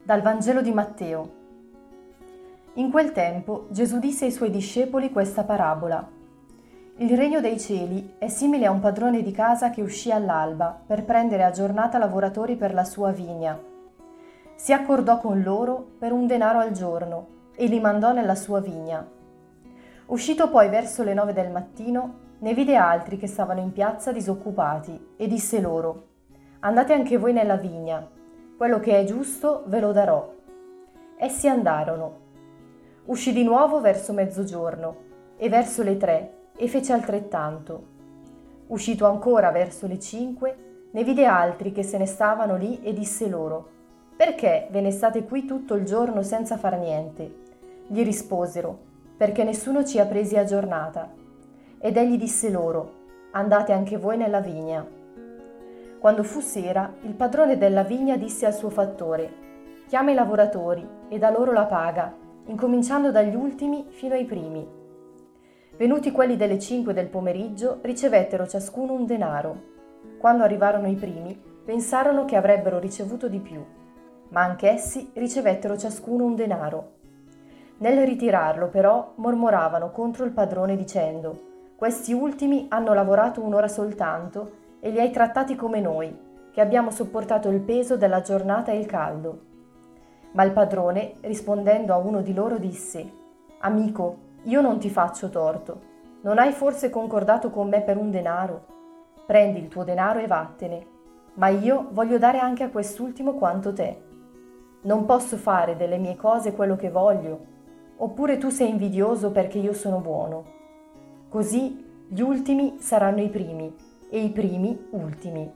Dal Vangelo di Matteo. In quel tempo Gesù disse ai suoi discepoli questa parabola. Il regno dei cieli è simile a un padrone di casa che uscì all'alba per prendere a giornata lavoratori per la sua vigna. Si accordò con loro per un denaro al giorno e li mandò nella sua vigna. Uscito poi verso le 9 del mattino, ne vide altri che stavano in piazza disoccupati e disse loro: «Andate anche voi nella vigna. Quello che è giusto ve lo darò». Essi andarono. Uscì di nuovo verso mezzogiorno e verso le 3 e fece altrettanto. Uscito ancora verso le 5, ne vide altri che se ne stavano lì e disse loro: «Perché ve ne state qui tutto il giorno senza far niente?» Gli risposero: «Perché nessuno ci ha presi a giornata». Ed egli disse loro: «Andate anche voi nella vigna». Quando fu sera, il padrone della vigna disse al suo fattore: «Chiama i lavoratori e dà loro la paga, incominciando dagli ultimi fino ai primi». Venuti quelli delle 5 del pomeriggio, ricevettero ciascuno un denaro. Quando arrivarono i primi, pensarono che avrebbero ricevuto di più, ma anch'essi ricevettero ciascuno un denaro. Nel ritirarlo, però, mormoravano contro il padrone dicendo: «Questi ultimi hanno lavorato un'ora soltanto e li hai trattati come noi, che abbiamo sopportato il peso della giornata e il caldo». Ma il padrone, rispondendo a uno di loro, disse: «Amico, io non ti faccio torto. Non hai forse concordato con me per un denaro? Prendi il tuo denaro e vattene, ma io voglio dare anche a quest'ultimo quanto te. Non posso fare delle mie cose quello che voglio? Oppure tu sei invidioso perché io sono buono?» Così gli ultimi saranno i primi e i primi ultimi.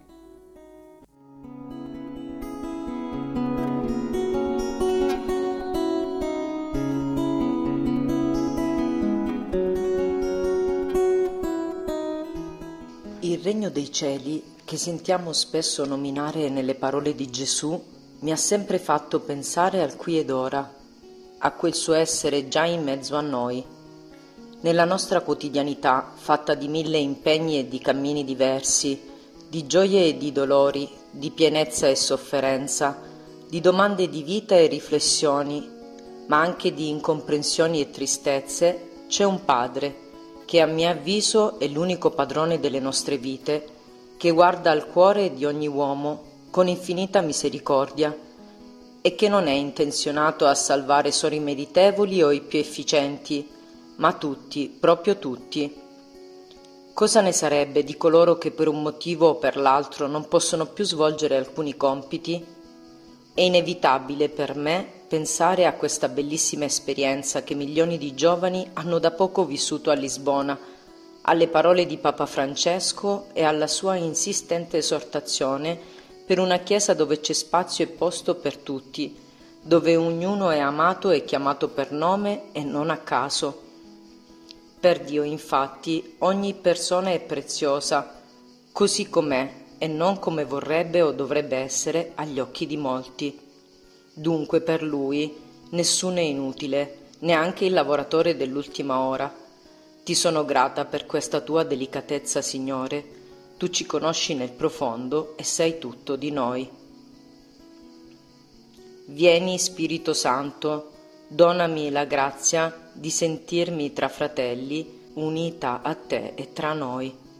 Il regno dei cieli, che sentiamo spesso nominare nelle parole di Gesù, mi ha sempre fatto pensare al qui ed ora, a quel suo essere già in mezzo a noi. Nella nostra quotidianità, fatta di 1000 impegni e di cammini diversi, di gioie e di dolori, di pienezza e sofferenza, di domande di vita e riflessioni, ma anche di incomprensioni e tristezze, c'è un Padre, che a mio avviso è l'unico padrone delle nostre vite, che guarda al cuore di ogni uomo con infinita misericordia e che non è intenzionato a salvare solo i meritevoli o i più efficienti, ma tutti, proprio tutti. Cosa ne sarebbe di coloro che per un motivo o per l'altro non possono più svolgere alcuni compiti? È inevitabile per me pensare a questa bellissima esperienza che milioni di giovani hanno da poco vissuto a Lisbona, alle parole di Papa Francesco e alla sua insistente esortazione per una Chiesa dove c'è spazio e posto per tutti, dove ognuno è amato e chiamato per nome e non a caso. Per Dio, infatti, ogni persona è preziosa, così com'è e non come vorrebbe o dovrebbe essere agli occhi di molti. Dunque per Lui nessuno è inutile, neanche il lavoratore dell'ultima ora. Ti sono grata per questa tua delicatezza, Signore. Tu ci conosci nel profondo e sai tutto di noi. Vieni, Spirito Santo, donami la grazia di sentirmi tra fratelli, unita a te e tra noi.